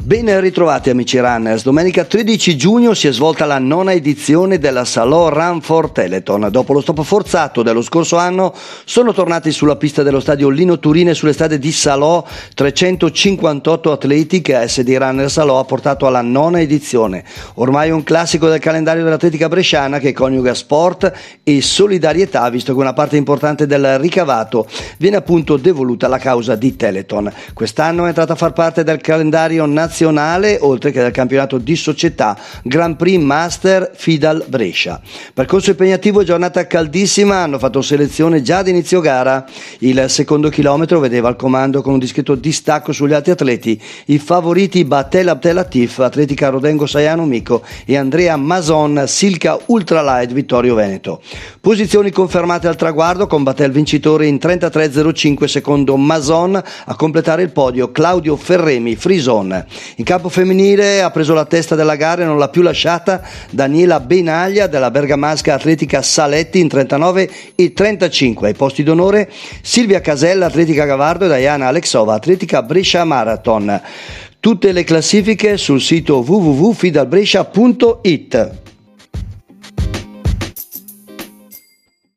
Ben ritrovati amici runners, domenica 13 giugno si è svolta la nona edizione della Salò Run for Teleton. Dopo lo stop forzato dello scorso anno sono tornati sulla pista dello stadio Lino Turin e sulle strade di Salò 358 atleti che SD Runner Salò ha portato alla nona edizione. Ormai un classico del calendario dell'atletica bresciana che coniuga sport e solidarietà, visto che una parte importante del ricavato viene appunto devoluta alla causa di Teleton. Quest'anno è entrata a far parte del calendario nazionale oltre che del campionato di società Grand Prix Master Fidal Brescia. Percorso impegnativo e giornata caldissima hanno fatto selezione già ad inizio gara. Il secondo chilometro vedeva al comando con un discreto distacco sugli altri atleti i favoriti Batel Abdelatif, Atletica Rodengo Saiano Mico e Andrea Mason Silca Ultralight Vittorio Veneto. Posizioni confermate al traguardo con Batel vincitore in 33.05, secondo Mason a completare il podio Claudio Ferremi Frison. In campo femminile ha preso la testa della gara e non l'ha più lasciata Daniela Benaglia della bergamasca Atletica Saletti in 39.35. Ai posti d'onore Silvia Casella Atletica Gavardo e Diana Alexova Atletica Brescia Marathon. Tutte le classifiche sul sito www.fidalbrescia.it.